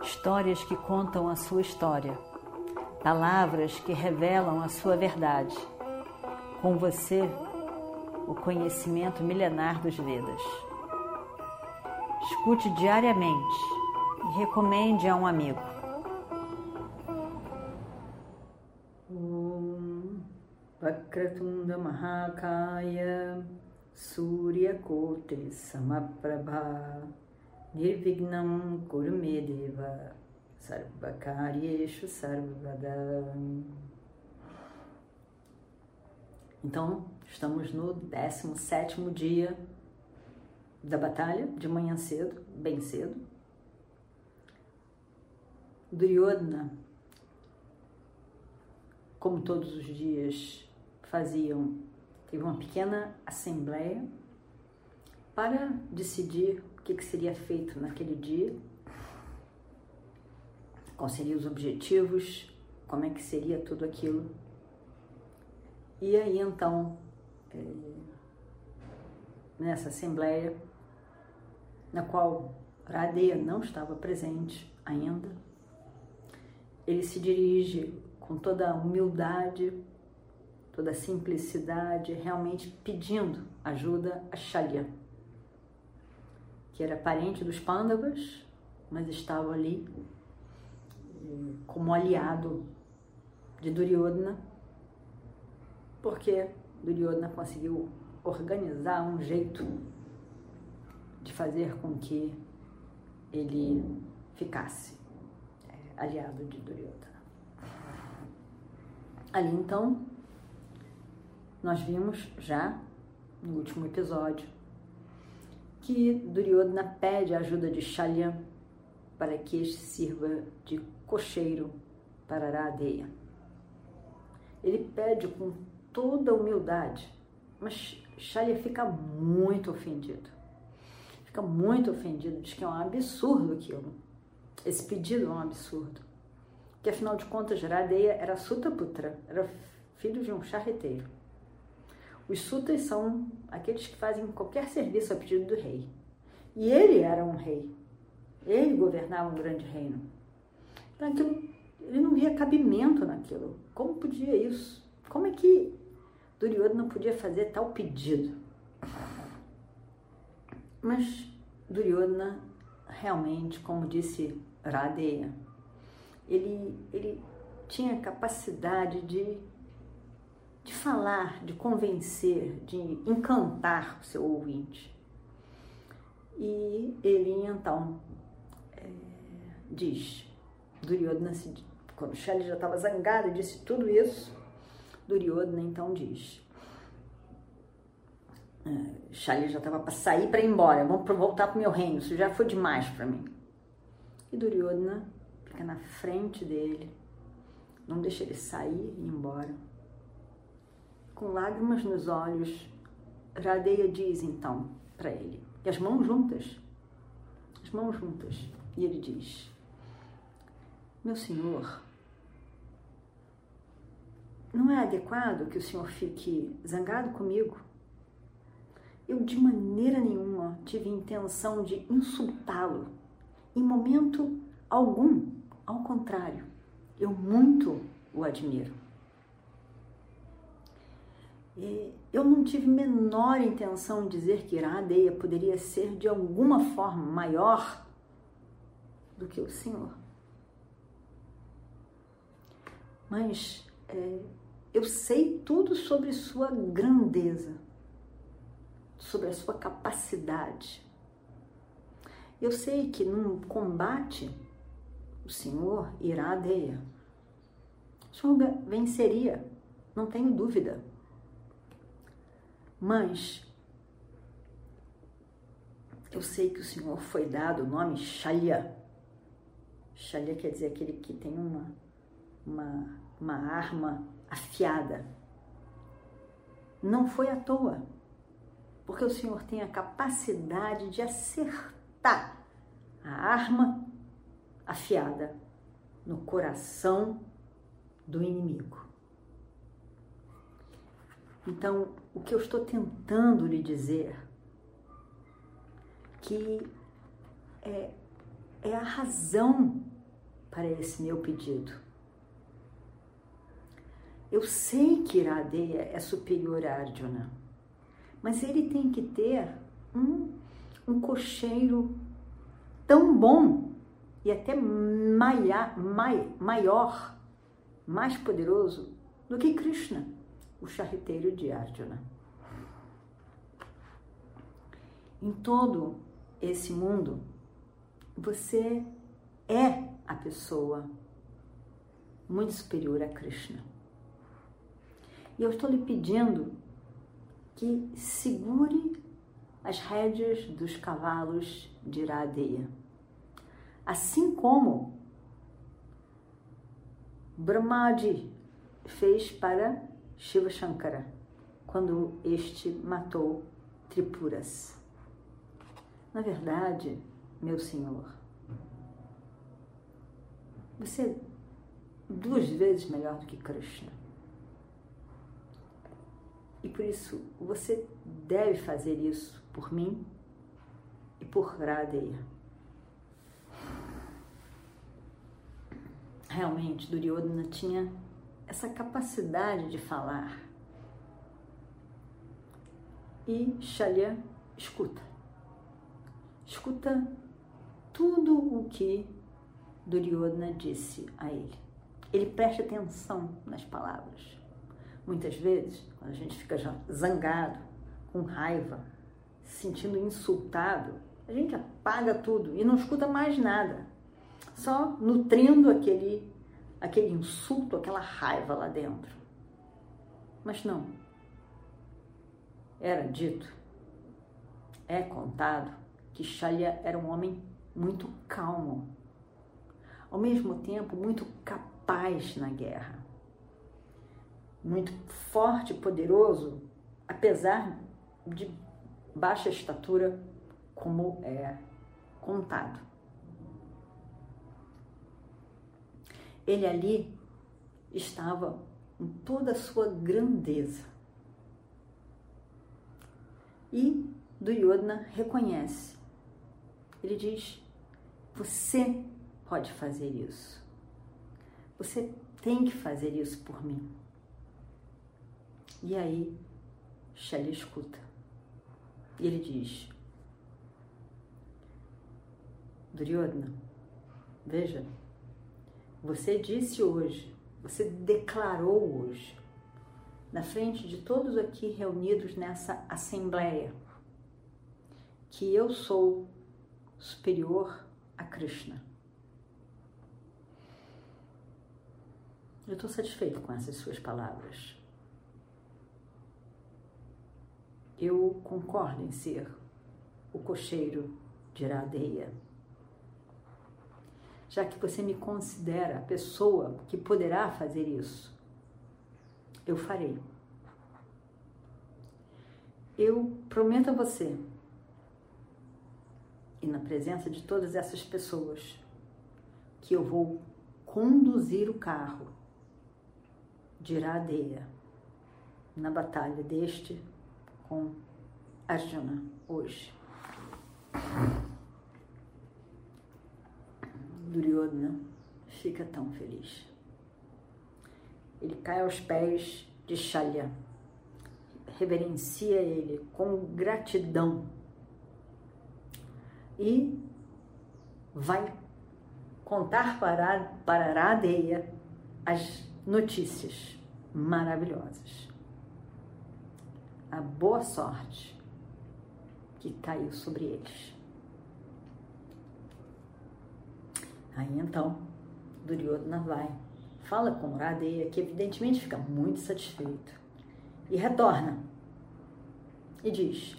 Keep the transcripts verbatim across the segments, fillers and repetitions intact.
histórias que contam a sua história, palavras que revelam a sua verdade. Com você, o conhecimento milenar dos Vedas. Escute diariamente e recomende a um amigo. Om Vakratunda Mahakaya Surya Koti Samaprabha Nirvignam Kurumedeva Sarvakaryeshu Sarvada. Então, estamos no décimo sétimo dia da batalha, de manhã cedo, bem cedo. Duryodhana, como todos os dias faziam, teve uma pequena assembleia para decidir o que seria feito naquele dia, quais seriam os objetivos, como é que seria tudo aquilo. E aí, então, nessa assembleia, na qual Radeya não estava presente ainda, ele se dirige com toda a humildade, toda a simplicidade, realmente pedindo ajuda a Shalya, que era parente dos Pandavas, mas estava ali como aliado de Duryodhana, porque Duryodhana conseguiu organizar um jeito de fazer com que ele ficasse é, aliado de Duryodhana. Ali então, nós vimos já no último episódio que Duryodhana pede a ajuda de Shalya para que este sirva de cocheiro para Radeya. Ele pede com toda humildade, mas Shalya fica muito ofendido. Fica muito ofendido, diz que é um absurdo aquilo. Esse pedido é um absurdo. Porque afinal de contas, Radeya era Sutaputra, era filho de um charreteiro. Os sutas são aqueles que fazem qualquer serviço a pedido do rei. E ele era um rei. Ele governava um grande reino. Então aquilo, ele não via cabimento naquilo. Como podia isso? Como é que Duryodhana podia fazer tal pedido? Mas Duryodhana realmente, como disse Radeya, ele, ele tinha capacidade de, de falar, de convencer, de encantar o seu ouvinte. E ele então é, diz, Duryodhana, quando Shalya já estava zangado e disse tudo isso, Duryodhana então diz, uh, Shalya já estava para sair para ir embora, vamos voltar para o meu reino, isso já foi demais para mim. E Duryodhana fica na frente dele, não deixa ele sair e ir embora. Com lágrimas nos olhos, Radeya diz então para ele, e as mãos juntas, as mãos juntas, e ele diz, meu senhor, não é adequado que o senhor fique zangado comigo? Eu de maneira nenhuma tive intenção de insultá-lo, em momento algum, ao contrário, eu muito o admiro. E eu não tive menor intenção de dizer que Radeya poderia ser de alguma forma maior do que o senhor. Mas é, eu sei tudo sobre sua grandeza, sobre a sua capacidade. Eu sei que num combate o senhor e Radeya, o senhor venceria, não tenho dúvida. Mas eu sei que o senhor foi dado o nome Shalya. Shalya quer dizer aquele que tem uma, uma, uma arma afiada. Não foi à toa, porque o senhor tem a capacidade de acertar a arma afiada no coração do inimigo. Então, o que eu estou tentando lhe dizer que é, é a razão para esse meu pedido. Eu sei que Iradeya é superior a Arjuna, mas ele tem que ter um, um cocheiro tão bom e até maia, mai, maior, mais poderoso do que Krishna, o charreteiro de Arjuna. Em todo esse mundo, você é a pessoa muito superior a Krishna. E eu estou lhe pedindo que segure as rédeas dos cavalos de Iradeya. Assim como Brahmaji fez para Shiva Shankara, quando este matou Tripuras. Na verdade, meu senhor, você é duas vezes melhor do que Krishna. E por isso, você deve fazer isso por mim e por Iradeya. Realmente, Duryodhana tinha essa capacidade de falar. E Shalya escuta. Escuta tudo o que Duryodhana disse a ele. Ele presta atenção nas palavras. Muitas vezes, quando a gente fica zangado, com raiva, se sentindo insultado, a gente apaga tudo e não escuta mais nada. Só nutrindo aquele, aquele insulto, aquela raiva lá dentro. Mas não. Era dito, é contado, que Shalya era um homem muito calmo, ao mesmo tempo muito capaz na guerra, muito forte e poderoso, apesar de baixa estatura, como é contado. Ele ali estava em toda a sua grandeza. E Duryodhana reconhece. Ele diz, você pode fazer isso. Você tem que fazer isso por mim. E aí, Shalya escuta. E ele diz, Duryodhana, veja, você disse hoje, você declarou hoje, na frente de todos aqui reunidos nessa assembleia, que eu sou superior a Krishna. Eu estou satisfeito com essas suas palavras. Eu concordo em ser o cocheiro de Iradeya, já que você me considera a pessoa que poderá fazer isso. Eu farei. Eu prometo a você, e na presença de todas essas pessoas, que eu vou conduzir o carro de Iradeya na batalha deste com Arjuna hoje. Duryodhana fica tão feliz. Ele cai aos pés de Shalya, reverencia ele com gratidão e vai contar para, para Iradeya as notícias maravilhosas. A boa sorte que caiu sobre eles. Aí então, Duryodhana vai, fala com Iradeya, que evidentemente fica muito satisfeito, e retorna e diz,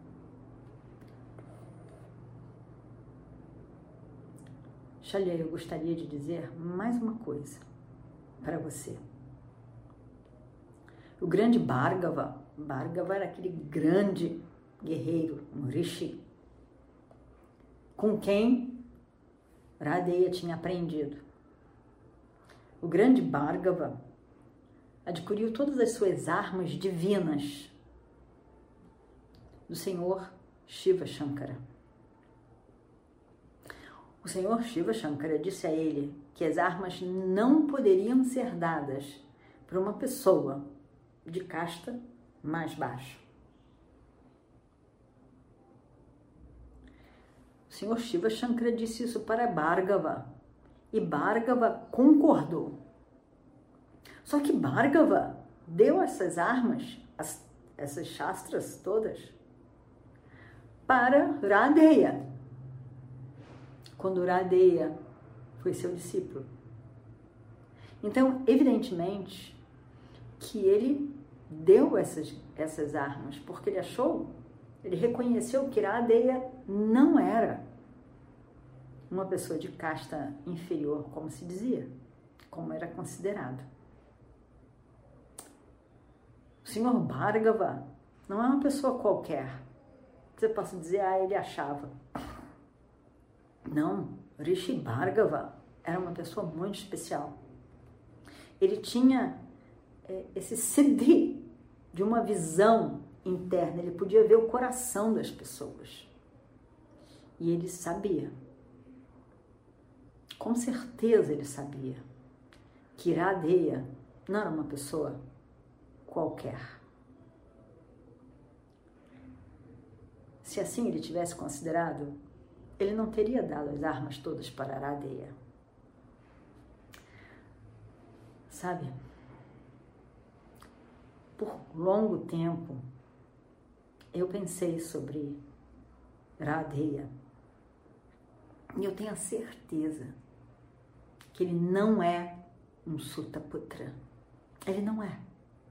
Shalya, eu gostaria de dizer mais uma coisa para você. O grande Bhargava, Bhargava era aquele grande guerreiro, um rishi, com quem Iradeya tinha aprendido. O grande Bhargava adquiriu todas as suas armas divinas do senhor Shiva Shankara. O senhor Shiva Shankara disse a ele que as armas não poderiam ser dadas para uma pessoa de casta mais baixa. O senhor Shiva Shankara disse isso para Bhargava e Bhargava concordou. Só que Bhargava deu essas armas, as, essas shastras todas, para Radeya, quando Radeya foi seu discípulo. Então, evidentemente, que ele deu essas, essas armas, porque ele achou, ele reconheceu que Radeya não era uma pessoa de casta inferior, como se dizia, como era considerado. O senhor Bhargava não é uma pessoa qualquer. Você pode dizer, ah, ele achava. Não, Rishi Bhargava era uma pessoa muito especial. Ele tinha é, esse siddhi de uma visão interna, ele podia ver o coração das pessoas. E ele sabia, com certeza ele sabia, que Radeya não era uma pessoa qualquer. Se assim ele tivesse considerado, ele não teria dado as armas todas para Radeya. Sabe? Por longo tempo, eu pensei sobre Radeya e eu tenho a certeza que ele não é um Sutaputra. Ele não é.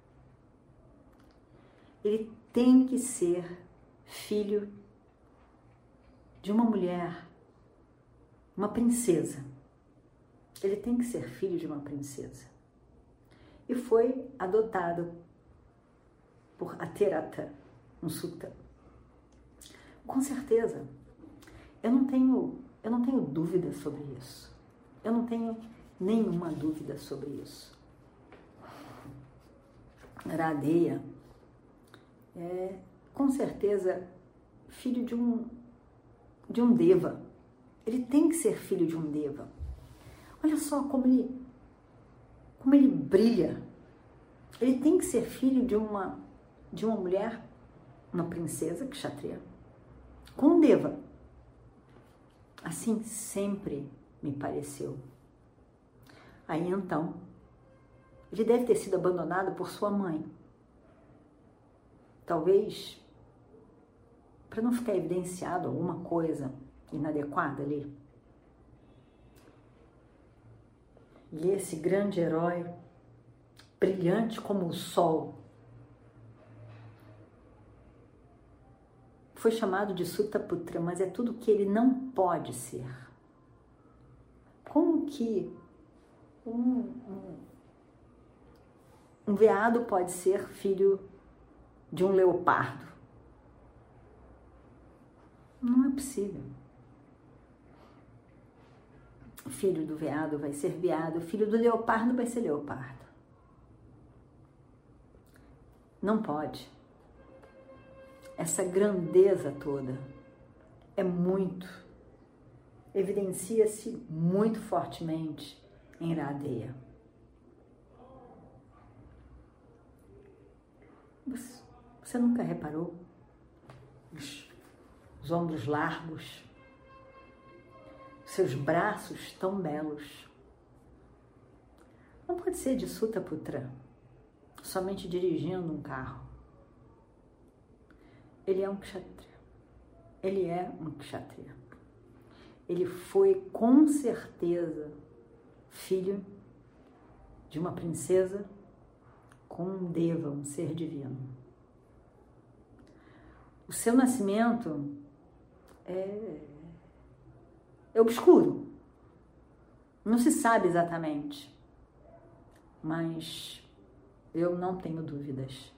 Ele tem que ser filho de uma mulher, uma princesa. Ele tem que ser filho de uma princesa. E foi adotado por Aterata, um Sutta. Com certeza, eu não tenho, eu não tenho dúvida sobre isso. Eu não tenho nenhuma dúvida sobre isso. Radeya é, com certeza, filho de um, de um Deva. Ele tem que ser filho de um Deva. Olha só como ele, como ele brilha. Ele tem que ser filho de uma, de uma mulher, uma princesa, kshatriya, com um Deva. Assim sempre me pareceu. Aí então, ele deve ter sido abandonado por sua mãe. Talvez para não ficar evidenciado alguma coisa inadequada ali. E esse grande herói, brilhante como o sol, foi chamado de Sutaputra, mas é tudo que ele não pode ser. Como que um, um, um veado pode ser filho de um leopardo? Não é possível. O filho do veado vai ser veado, o filho do leopardo vai ser leopardo. Não pode. Essa grandeza toda é muito, evidencia-se muito fortemente em Radeya. Você nunca reparou os, os ombros largos, seus braços tão belos? Não pode ser de Sutaputra, somente dirigindo um carro. Ele é um kshatriya. Ele é um kshatriya. Ele foi com certeza filho de uma princesa com um deva, um ser divino. O seu nascimento é, é obscuro. Não se sabe exatamente. Mas eu não tenho dúvidas.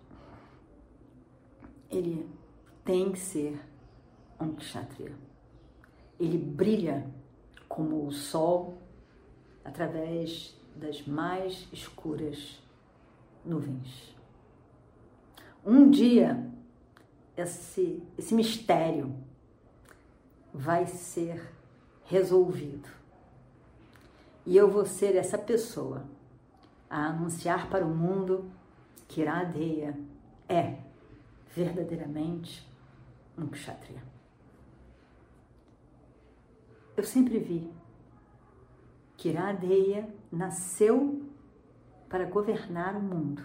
Ele tem que ser um kshatriya. Ele brilha como o sol através das mais escuras nuvens. Um dia, esse, esse mistério vai ser resolvido. E eu vou ser essa pessoa a anunciar para o mundo que Iradeya é verdadeiramente um kshatriya. Eu sempre vi que Iradeya nasceu para governar o mundo.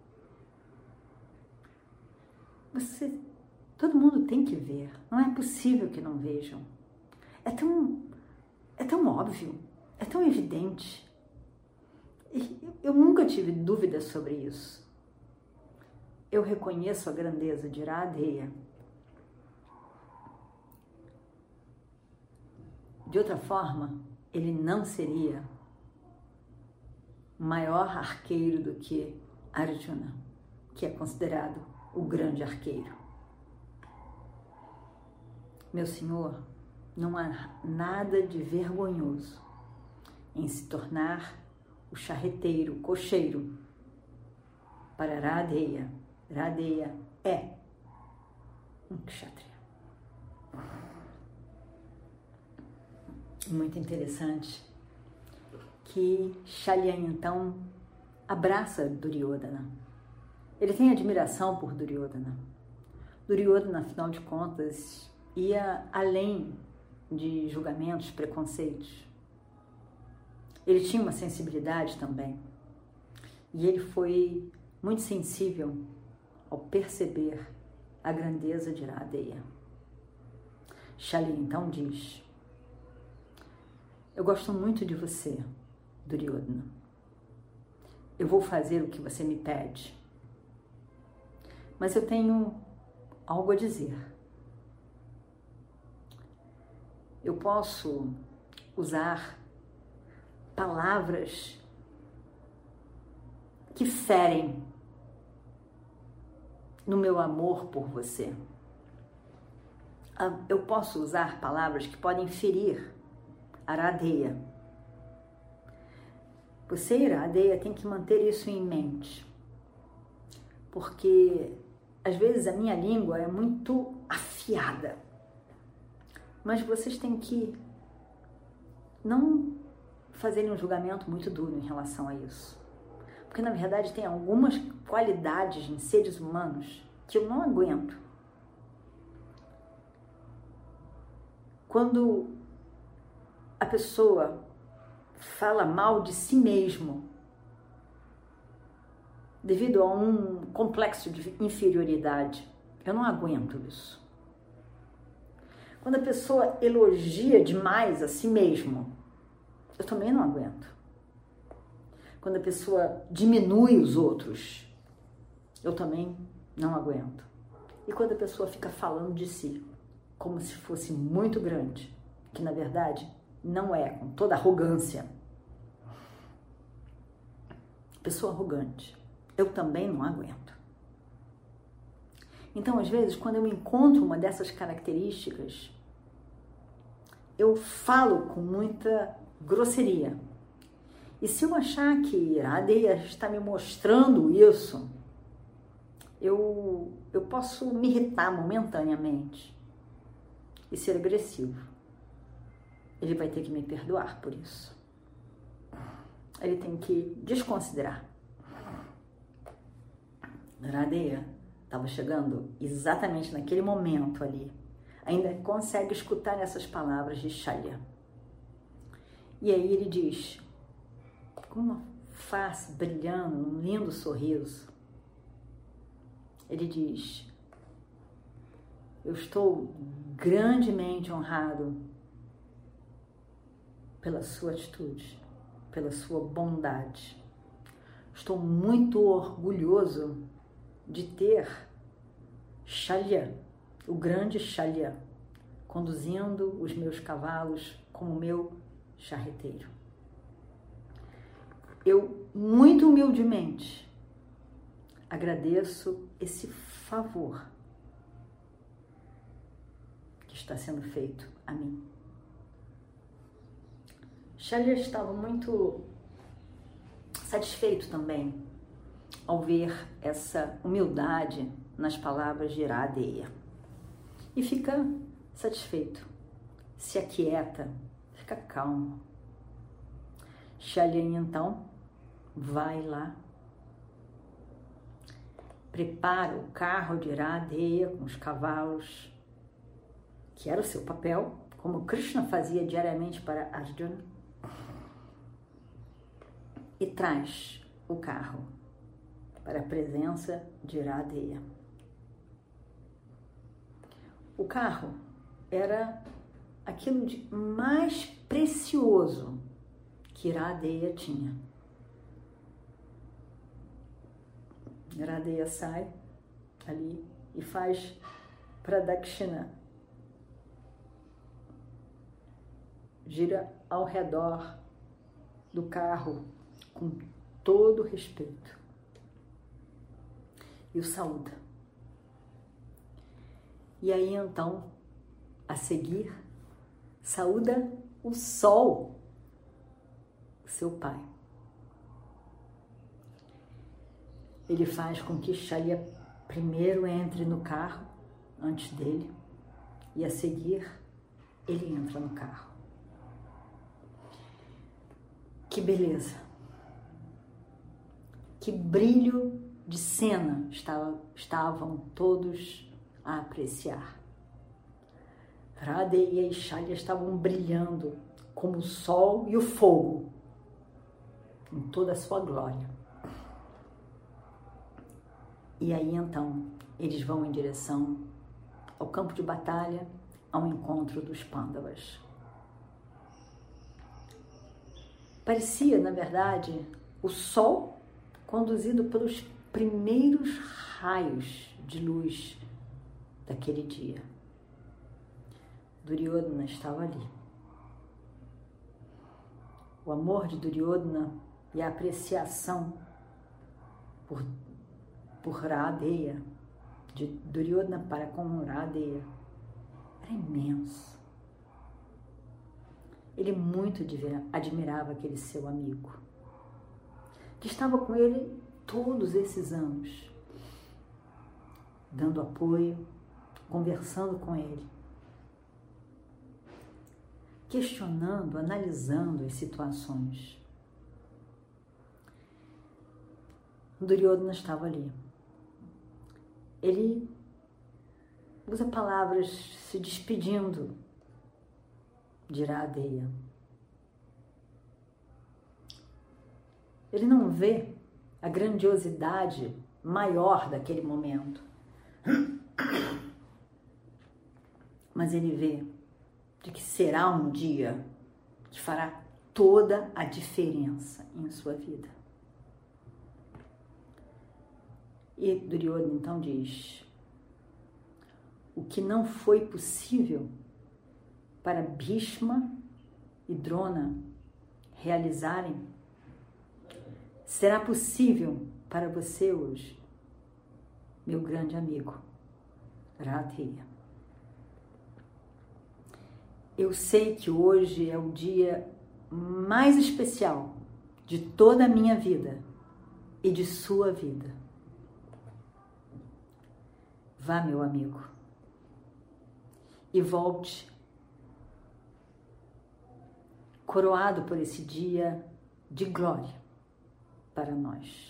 Você, todo mundo tem que ver, não é possível que não vejam. É tão, é tão óbvio, é tão evidente. E eu nunca tive dúvidas sobre isso. Eu reconheço a grandeza de Iradeya. De outra forma, ele não seria maior arqueiro do que Arjuna, que é considerado o grande arqueiro. Meu senhor, não há nada de vergonhoso em se tornar o charreteiro, o cocheiro para Iradeya. Iradeya é um kshatriya. Muito interessante que Shalya então abraça Duryodhana. Ele tem admiração por Duryodhana. Duryodhana, afinal de contas, ia além de julgamentos, preconceitos. Ele tinha uma sensibilidade também. E ele foi muito sensível ao perceber a grandeza de Iradeya. Shalya então diz: eu gosto muito de você, Duryodhana. Eu vou fazer o que você me pede. Mas eu tenho algo a dizer. Eu posso usar palavras que ferem no meu amor por você. Eu posso usar palavras que podem ferir Iradeya. Você, Iradeya, tem que manter isso em mente. Porque, às vezes, a minha língua é muito afiada. Mas vocês têm que não fazerem um julgamento muito duro em relação a isso. Porque, na verdade, tem algumas qualidades em seres humanos que eu não aguento. Quando a pessoa fala mal de si mesmo devido a um complexo de inferioridade, eu não aguento isso. Quando a pessoa elogia demais a si mesmo, eu também não aguento. Quando a pessoa diminui os outros, eu também não aguento. E quando a pessoa fica falando de si como se fosse muito grande, que na verdade não é, com toda arrogância. Pessoa arrogante, eu também não aguento. Então, às vezes, quando eu encontro uma dessas características, eu falo com muita grosseria. E se eu achar que Iradeya está me mostrando isso, eu, eu posso me irritar momentaneamente e ser agressivo. Ele vai ter que me perdoar por isso. Ele tem que desconsiderar. Iradeya estava chegando exatamente naquele momento ali. Ainda consegue escutar essas palavras de Shalya. E aí ele diz, com uma face brilhando, um lindo sorriso, ele diz: eu estou grandemente honrado pela sua atitude, pela sua bondade. Estou muito orgulhoso de ter Shalya, o grande Shalya, conduzindo os meus cavalos como meu charreteiro. Eu, muito humildemente, agradeço esse favor que está sendo feito a mim. Shalya estava muito satisfeito também ao ver essa humildade nas palavras de Iradeya. E fica satisfeito, se aquieta, fica calmo. Shalya então vai lá, prepara o carro de Iradeya com os cavalos, que era o seu papel, como Krishna fazia diariamente para Arjuna, e traz o carro para a presença de Iradeya. O carro era aquilo de mais precioso que Iradeya tinha. Iradeya sai ali e faz pradakshina, gira ao redor do carro com todo respeito e o saúda. E aí então, a seguir, saúda o sol, seu pai. Ele faz com que Shalya primeiro entre no carro, antes dele, e a seguir, ele entra no carro. Que beleza! Que brilho de cena estava, estavam todos a apreciar. Iradeya e Shalya estavam brilhando como o sol e o fogo, em toda a sua glória. E aí então, eles vão em direção ao campo de batalha, ao encontro dos Pandavas. Parecia, na verdade, o sol conduzido pelos primeiros raios de luz daquele dia. Duryodhana estava ali. O amor de Duryodhana e a apreciação por, por Iradeya, de Duryodhana para com Iradeya, era imenso. Ele muito admirava aquele seu amigo, que estava com ele todos esses anos, dando apoio, conversando com ele, questionando, analisando as situações. Duryodhana estava ali. Ele usa palavras se despedindo de Iradeya. Ele não vê a grandiosidade maior daquele momento, mas ele vê de que será um dia que fará toda a diferença em sua vida. E Duryodhana então diz: o que não foi possível para Bhishma e Drona realizarem, será possível para você hoje, meu grande amigo Iradeya. Eu sei que hoje é o dia mais especial de toda a minha vida e de sua vida. Vá, meu amigo, e volte coroado por esse dia de glória para nós.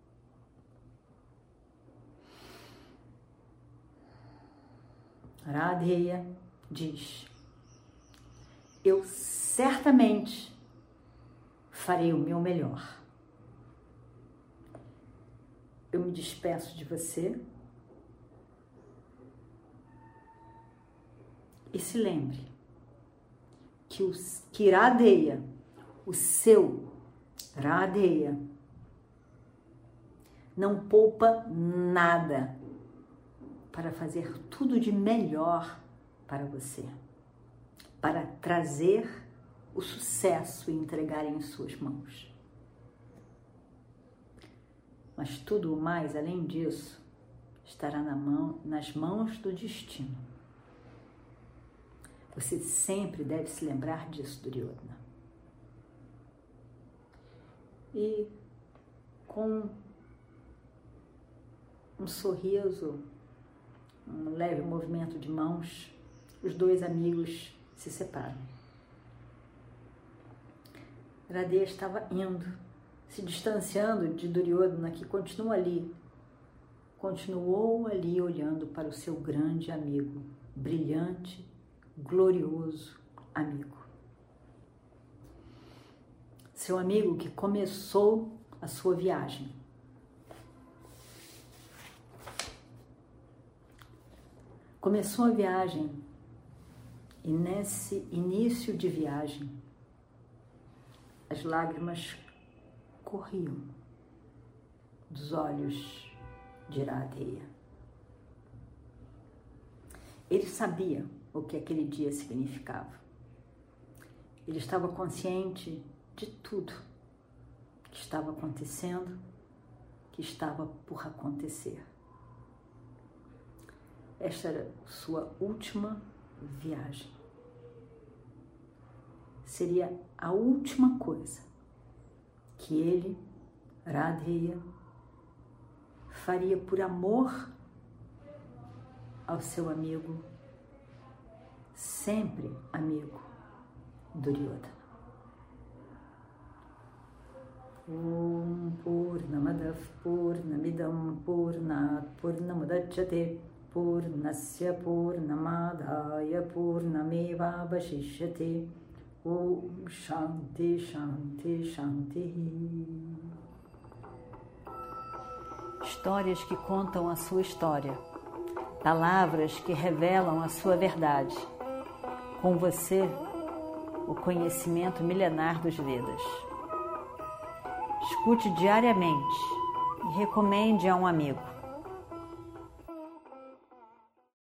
Iradeya diz: eu certamente farei o meu melhor. Eu me despeço de você e se lembre que, o, que Iradeya, o seu Iradeya, não poupa nada para fazer tudo de melhor para você, para trazer o sucesso e entregar em suas mãos. Mas tudo o mais, além disso, estará na mão, nas mãos do destino. Você sempre deve se lembrar disso, Duryodhana. E com um sorriso, um leve movimento de mãos, os dois amigos se separam. Radeya estava indo, se distanciando de Duryodhana, que continua ali. Continuou ali olhando para o seu grande amigo, brilhante, glorioso amigo. Seu amigo que começou a sua viagem. Começou a viagem e nesse início de viagem as lágrimas corriam dos olhos de Radeya. Ele sabia o que aquele dia significava. Ele estava consciente de tudo que estava acontecendo, que estava por acontecer. Esta era sua última viagem. Seria a última coisa que ele, Radeya, faria por amor ao seu amigo, sempre amigo, Duryodhana. Om Purnamadav Purnamidam Purnat Purnamudachyate Purnasya Purnamadaya Purnameva Vashishyate. Om Shanti Shanti Shanti. Histórias que contam a sua história, palavras que revelam a sua verdade. Com você, o conhecimento milenar dos Vedas. Escute diariamente e recomende a um amigo.